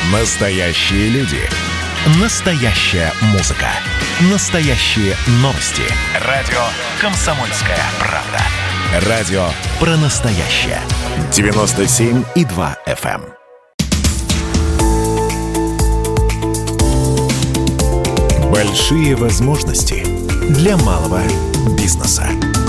Настоящие люди. Настоящая музыка. Настоящие новости. Радио «Комсомольская правда». Радио про настоящее. 97,2 FM. Большие возможности для малого бизнеса.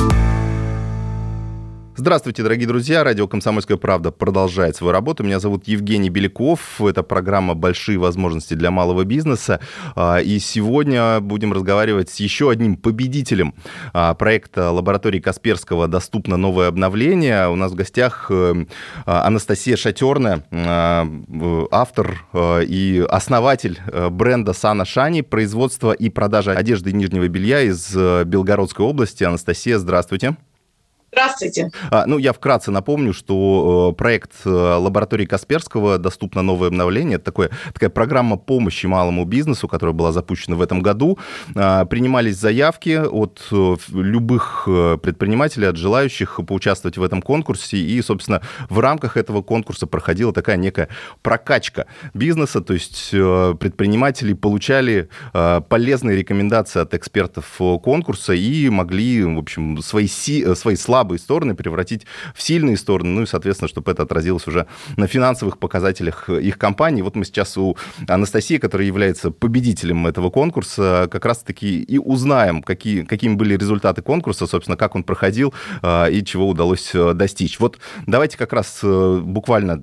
Здравствуйте, дорогие друзья. Радио «Комсомольская правда» продолжает свою работу. Меня зовут Евгений Беляков. Это программа «Большие возможности для малого бизнеса». И сегодня будем разговаривать с еще одним победителем проекта лаборатории Касперского «Доступно новое обновление». У нас в гостях Анастасия Шатерная, автор и основатель бренда «Сана Шани», производства и продажа одежды и нижнего белья из Белгородской области. Анастасия, здравствуйте. Здравствуйте. Я вкратце напомню, что проект лаборатории Касперского «Доступно новое обновление» — это такая программа помощи малому бизнесу, которая была запущена в этом году. Принимались заявки от любых предпринимателей, от желающих поучаствовать в этом конкурсе. И, собственно, в рамках этого конкурса проходила такая некая прокачка бизнеса. То есть предприниматели получали полезные рекомендации от экспертов конкурса и могли, в общем, свои слабые стороны превратить в сильные стороны, и, соответственно, чтобы это отразилось уже на финансовых показателях их компании. Вот мы сейчас у Анастасии, которая является победителем этого конкурса, как раз-таки и узнаем, какими были результаты конкурса, собственно, как он проходил и чего удалось достичь. Вот давайте как раз буквально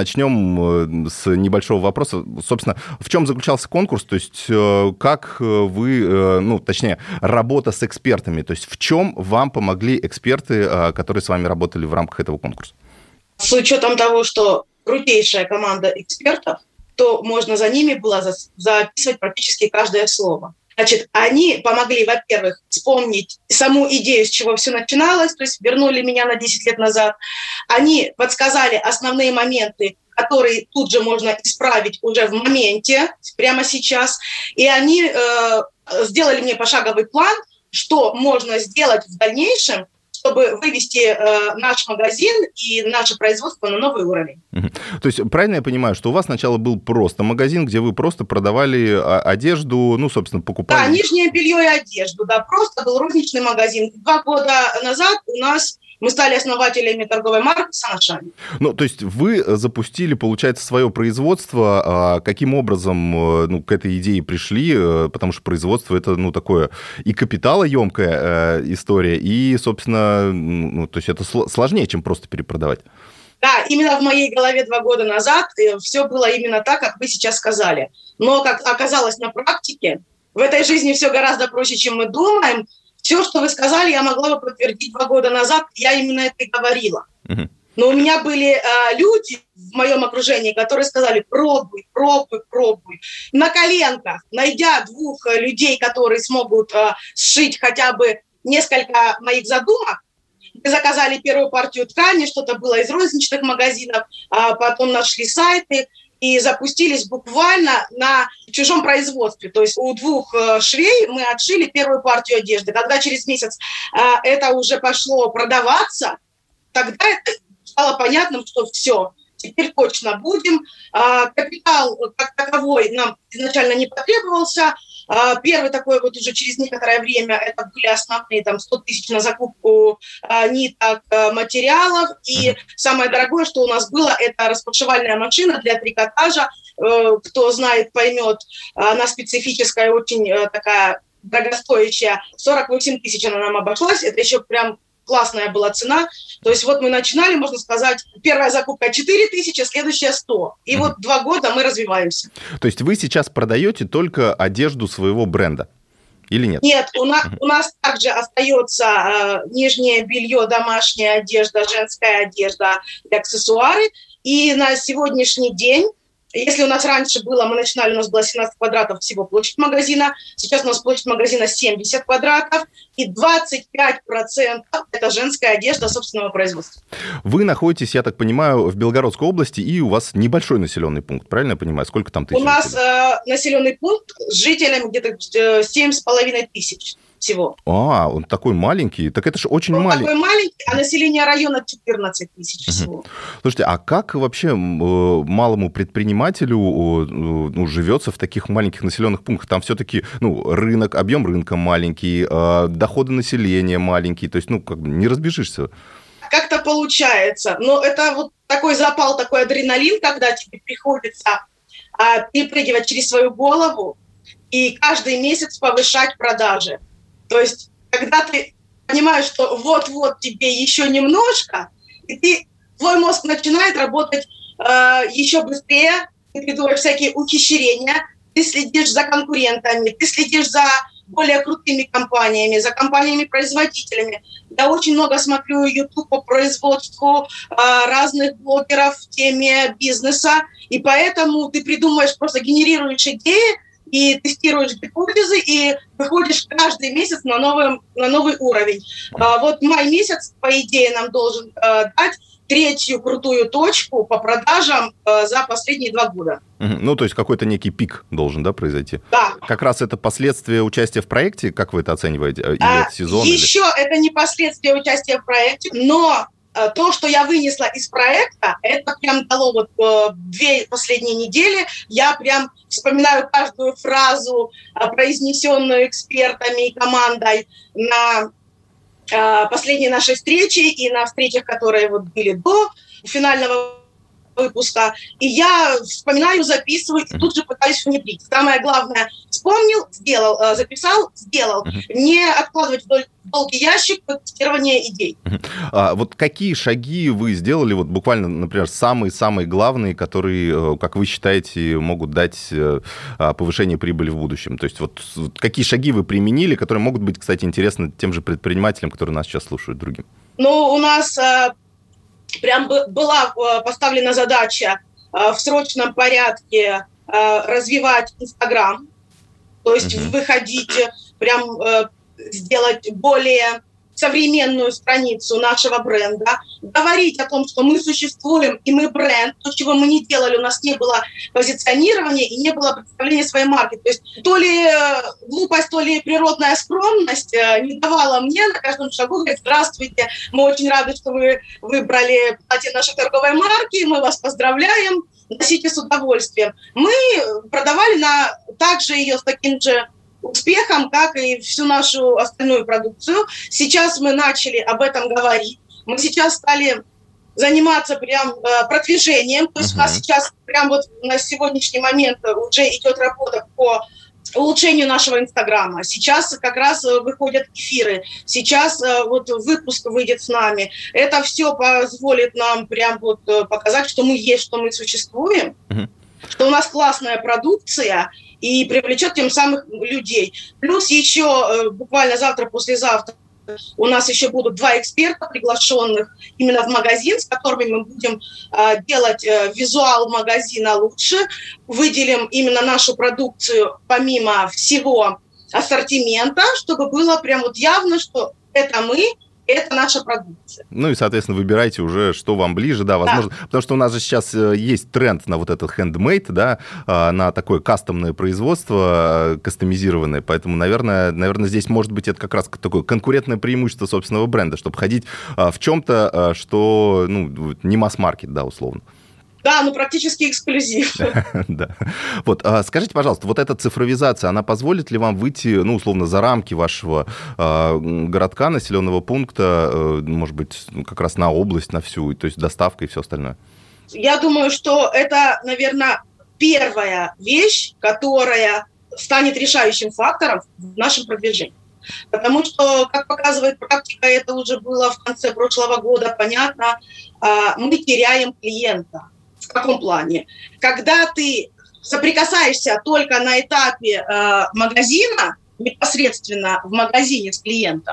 начнем с небольшого вопроса. Собственно, в чем заключался конкурс, то есть как вы, точнее, работа с экспертами, то есть в чем вам помогли эксперты, которые с вами работали в рамках этого конкурса? С учетом того, что крутейшая команда экспертов, то можно за ними было записывать практически каждое слово. Значит, они помогли, во-первых, вспомнить саму идею, с чего все начиналось, то есть вернули меня на 10 лет назад. Они подсказали основные моменты, которые тут же можно исправить уже в моменте, прямо сейчас. И они сделали мне пошаговый план, что можно сделать в дальнейшем, чтобы вывести наш магазин и наше производство на новый уровень. То есть правильно я понимаю, что у вас сначала был просто магазин, где вы просто продавали одежду, собственно, покупали... Да, нижнее белье и одежду, просто был розничный магазин. 2 года назад мы стали основателями торговой марки «Сана Шани». То есть вы запустили, получается, свое производство. Каким образом к этой идее пришли? Потому что производство — это, такое и капиталоемкая история, и, собственно, то есть это сложнее, чем просто перепродавать. Да, именно в моей голове 2 года назад все было именно так, как вы сейчас сказали. Но, как оказалось на практике, в этой жизни все гораздо проще, чем мы думаем. Все, что вы сказали, я могла бы подтвердить 2 года назад, я именно это и говорила. Но у меня были люди в моем окружении, которые сказали: пробуй. На коленках, найдя 2 людей, которые смогут сшить хотя бы несколько моих задумок, мы заказали первую партию ткани, что-то было из розничных магазинов, а потом нашли сайты и запустились буквально на чужом производстве. То есть у 2 швей мы отшили первую партию одежды. Когда через месяц это уже пошло продаваться, тогда это стало понятным, что все, теперь точно будем. Капитал как таковой нам изначально не потребовался. Первый такой уже через некоторое время это были основные 100 тысяч на закупку ниток, материалов. И самое дорогое, что у нас было, это распашивальная машина для трикотажа. Кто знает, поймет, она специфическая, очень такая дорогостоящая. 48 тысяч она нам обошлась. Это еще прям классная была цена. То есть мы начинали, можно сказать, первая закупка 4 тысячи, следующая 100. И 2 года мы развиваемся. То есть вы сейчас продаете только одежду своего бренда? Или нет? Нет, у нас также остается нижнее белье, домашняя одежда, женская одежда и аксессуары. И на сегодняшний день, если у нас раньше было, у нас было 17 квадратов всего площадь магазина, сейчас у нас площадь магазина 70 квадратов, и 25% это женская одежда собственного производства. Вы находитесь, я так понимаю, в Белгородской области, и у вас небольшой населенный пункт, правильно я понимаю? Сколько там тысяч? У нас населенный пункт с жителями где-то 7,5 тысяч. всего. Он такой маленький. Так это же очень маленький. Он такой маленький, а население района 14 тысяч всего. Слушайте, а как вообще малому предпринимателю живется в таких маленьких населенных пунктах? Там все-таки рынок, объем рынка маленький, доходы населения маленькие. То есть, не разбежишься. Как-то получается. Но это вот такой запал, такой адреналин, когда тебе приходится перепрыгивать через свою голову и каждый месяц повышать продажи. То есть, когда ты понимаешь, что вот-вот тебе еще немножко, и твой мозг начинает работать еще быстрее, ты придумываешь всякие ухищрения, ты следишь за конкурентами, ты следишь за более крутыми компаниями, за компаниями-производителями. Я очень много смотрю YouTube по производству разных блогеров в теме бизнеса, и поэтому ты придумываешь, просто генерируешь идеи, и тестируешь гипотезы, и выходишь каждый месяц на новый уровень. Вот май месяц, по идее, нам должен дать третью крутую точку по продажам за последние 2 года. То есть какой-то некий пик должен, да, произойти? Да. Как раз это последствия участия в проекте, как вы это оцениваете? Или это сезон? Еще это не последствия участия в проекте, но то, что я вынесла из проекта, это прям дало 2 последние недели. Я прям вспоминаю каждую фразу, произнесенную экспертами и командой на последней нашей встрече и на встречах, которые были до финального выпуска. И я вспоминаю, записываю, и тут же пытаюсь внедрить. Самое главное, вспомнил, сделал, записал, сделал. Не откладывать в долгий ящик тестирование идей. Вот какие шаги вы сделали, буквально, например, самые-самые главные, которые, как вы считаете, могут дать повышение прибыли в будущем? То есть какие шаги вы применили, которые могут быть, кстати, интересны тем же предпринимателям, которые нас сейчас слушают, другим? У нас прям была поставлена задача в срочном порядке развивать Инстаграм, то есть выходить, прям сделать более современную страницу нашего бренда, говорить о том, что мы существуем и мы бренд, то, чего мы не делали, у нас не было позиционирования и не было представления своей марки. То есть то ли глупость, то ли природная скромность не давала мне на каждом шагу говорить: здравствуйте, мы очень рады, что вы выбрали платье нашей торговой марки, мы вас поздравляем, носите с удовольствием. Мы продавали также ее с таким же успехом, как и всю нашу остальную продукцию. Сейчас мы начали об этом говорить. Мы сейчас стали заниматься прям продвижением. То есть у нас сейчас прям на сегодняшний момент уже идет работа по улучшению нашего Инстаграма. Сейчас как раз выходят эфиры. Сейчас выпуск выйдет с нами. Это все позволит нам прям показать, что мы есть, что мы существуем, что у нас классная продукция, и привлечет тем самых людей. Плюс еще буквально завтра-послезавтра у нас еще будут 2 эксперта, приглашенных именно в магазин, с которыми мы будем делать визуал магазина лучше, выделим именно нашу продукцию помимо всего ассортимента, чтобы было прям явно, что это мы, это наша продукция. И, соответственно, выбирайте уже, что вам ближе, да, возможно. Да. Потому что у нас же сейчас есть тренд на этот handmade, да, на такое кастомное производство, кастомизированное. Поэтому, наверное, здесь может быть это как раз такое конкурентное преимущество собственного бренда, чтобы ходить в чем-то, что, не масс-маркет, да, условно. Да, практически эксклюзив. Да. Скажите, пожалуйста, эта цифровизация, она позволит ли вам выйти, условно, за рамки вашего городка, населенного пункта, может быть, как раз на область, на всю, то есть доставка и все остальное? Я думаю, что это, наверное, первая вещь, которая станет решающим фактором в нашем продвижении. Потому что, как показывает практика, это уже было в конце прошлого года, понятно, мы теряем клиента. В каком плане? Когда ты соприкасаешься только на этапе магазина, непосредственно в магазине с клиентом,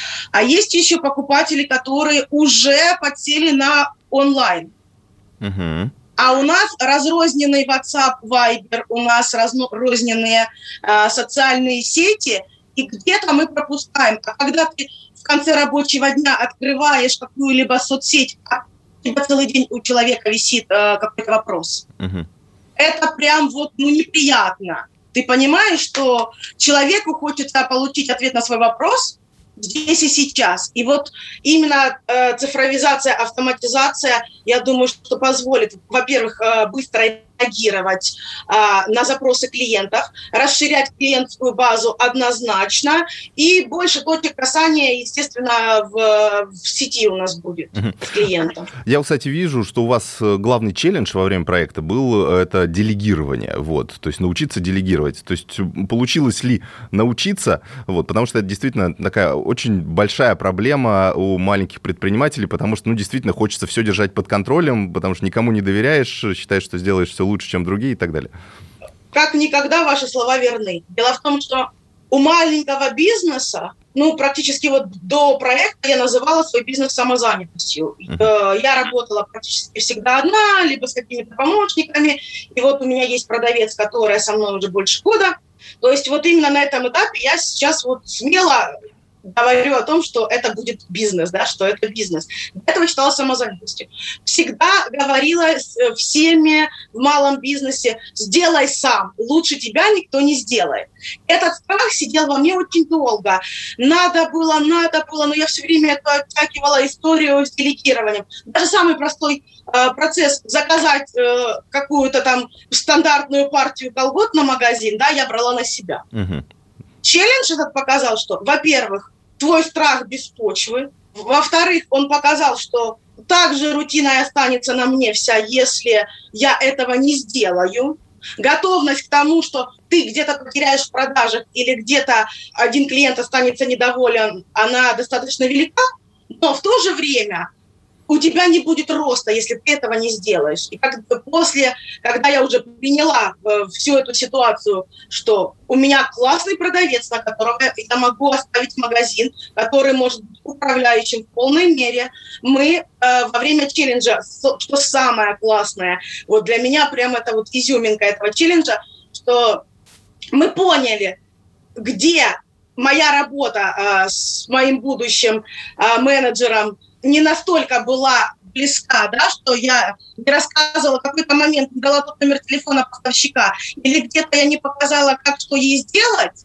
а есть еще покупатели, которые уже подсели на онлайн. А у нас разрозненный WhatsApp, Viber, у нас разрозненные социальные сети, и где-то мы пропускаем. А когда ты в конце рабочего дня открываешь какую-либо соцсеть, целый день у человека висит какой-то вопрос. Это прям неприятно. Ты понимаешь, что человеку хочется получить ответ на свой вопрос здесь и сейчас. И вот именно цифровизация, автоматизация, я думаю, что позволит, во-первых, быстро реагировать на запросы клиентов, расширять клиентскую базу однозначно, и больше точек касания, естественно, в сети у нас будет с клиентом. Я, кстати, вижу, что у вас главный челлендж во время проекта был это делегирование, вот, то есть научиться делегировать. То есть получилось ли научиться, вот, потому что это действительно такая очень большая проблема у маленьких предпринимателей, потому что, действительно хочется все держать под контролем, потому что никому не доверяешь, считаешь, что сделаешь все лучше, чем другие и так далее. Как никогда ваши слова верны. Дело в том, что у маленького бизнеса, практически вот до проекта я называла свой бизнес самозанятостью. Я работала практически всегда одна, либо с какими-то помощниками. И вот у меня есть продавец, которая со мной уже больше года. То есть вот именно на этом этапе я сейчас вот смело говорю о том, что это будет бизнес, да, что это бизнес. До этого считала самозанятостью. Всегда говорила всеми в малом бизнесе: сделай сам, лучше тебя никто не сделает. Этот страх сидел во мне очень долго. Надо было, но я все время это оттягивала историю с делегированием. Даже самый простой процесс заказать какую-то там стандартную партию колгот на магазин, да, я брала на себя. Челлендж этот показал, что, во-первых, твой страх без почвы, во-вторых, он показал, что также рутиной останется на мне вся, если я этого не сделаю. Готовность к тому, что ты где-то потеряешь в продажах или где-то один клиент останется недоволен, она достаточно велика, но в то же время у тебя не будет роста, если ты этого не сделаешь. И когда я уже приняла всю эту ситуацию, что у меня классный продавец, на которого я могу оставить магазин, который может быть управляющим в полной мере, мы во время челленджа, что самое классное, вот для меня прям это вот изюминка этого челленджа, что мы поняли, где моя работа с моим будущим менеджером не настолько была близка, да, что я не рассказывала, в какой-то момент не дала тот номер телефона поставщика, или где-то я не показала, как что ей сделать.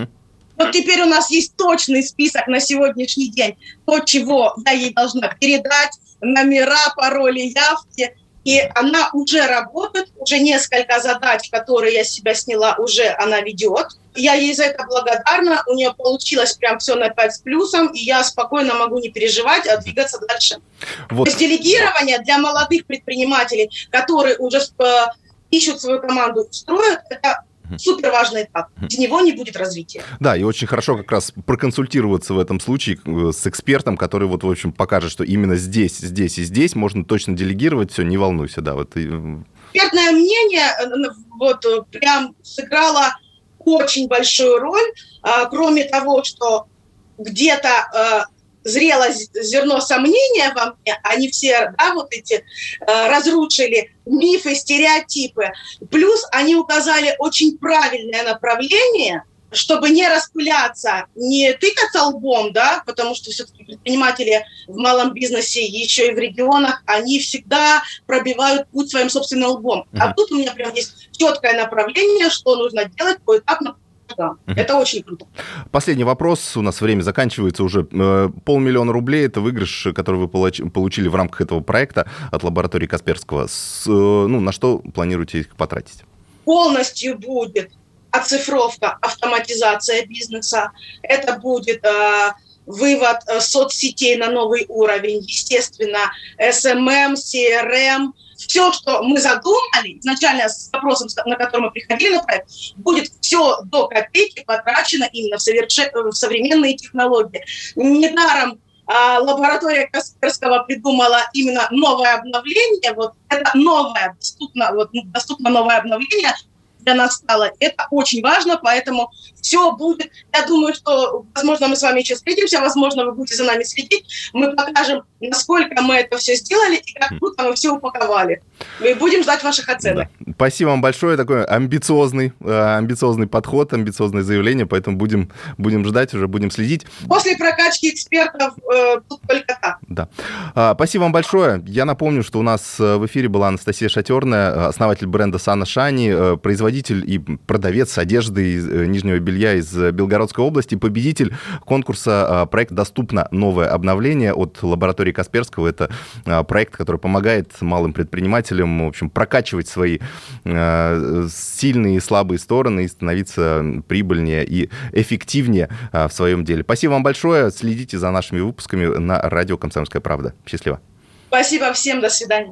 Вот теперь у нас есть точный список на сегодняшний день, то, чего я ей должна передать, номера, пароли, явки. И она уже работает, уже несколько задач, которые я с себя сняла, уже она ведет. Я ей за это благодарна, у нее получилось прям все на 5 с плюсом, и я спокойно могу не переживать, а двигаться дальше. Вот. То есть делегирование для молодых предпринимателей, которые уже ищут свою команду, строят, это супер важный этап. Без него не будет развития. Да, и очень хорошо как раз проконсультироваться в этом случае с экспертом, который вот, в общем, покажет, что именно здесь и здесь можно точно делегировать, все, не волнуйся, да. Вот. Экспертное мнение вот прям сыграло очень большую роль, кроме того, что где-то зрело зерно сомнения во мне, они все, да, вот эти разрушили мифы, стереотипы. Плюс они указали очень правильное направление, чтобы не распыляться, не тыкаться лбом, да, потому что все-таки предприниматели в малом бизнесе, еще и в регионах, они всегда пробивают путь своим собственным лбом. А тут у меня прям есть четкое направление, что нужно делать поэтапно. Да, это очень круто. Последний вопрос. У нас время заканчивается уже. 500 000 рублей – это выигрыш, который вы получили в рамках этого проекта от лаборатории Касперского. На что планируете их потратить? Полностью будет оцифровка, автоматизация бизнеса. Это будет вывод соцсетей на новый уровень. Естественно, SMM, CRM. Все, что мы задумали, изначально с вопросом, на который мы приходили на проект, будет все до копейки потрачено именно в современные технологии. Недаром лаборатория Касперского придумала именно новое обновление. Вот это новое, доступно новое обновление для нас стало. Это очень важно, поэтому все будет. Я думаю, что, возможно, мы с вами еще встретимся, возможно, вы будете за нами следить. Мы покажем, насколько мы это все сделали и как круто мы все упаковали. Мы будем ждать ваших оценок. Да. Спасибо вам большое. Такой амбициозный подход, амбициозное заявление, поэтому будем ждать, уже будем следить. После прокачки экспертов тут только так. Да. Спасибо вам большое. Я напомню, что у нас в эфире была Анастасия Шатерная, основатель бренда Сана Шани, производитель и продавец одежды из нижнего белья из Белгородской области, победитель конкурса проект «Доступно. Новое обновление» от лаборатории Касперского. Это проект, который помогает малым предпринимателям, в общем, прокачивать свои сильные и слабые стороны и становиться прибыльнее и эффективнее в своем деле. Спасибо вам большое. Следите за нашими выпусками на радио «Комсомольская правда». Счастливо. Спасибо всем. До свидания.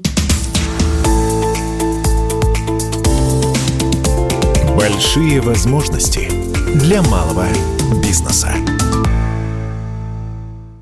Большие возможности для малого бизнеса.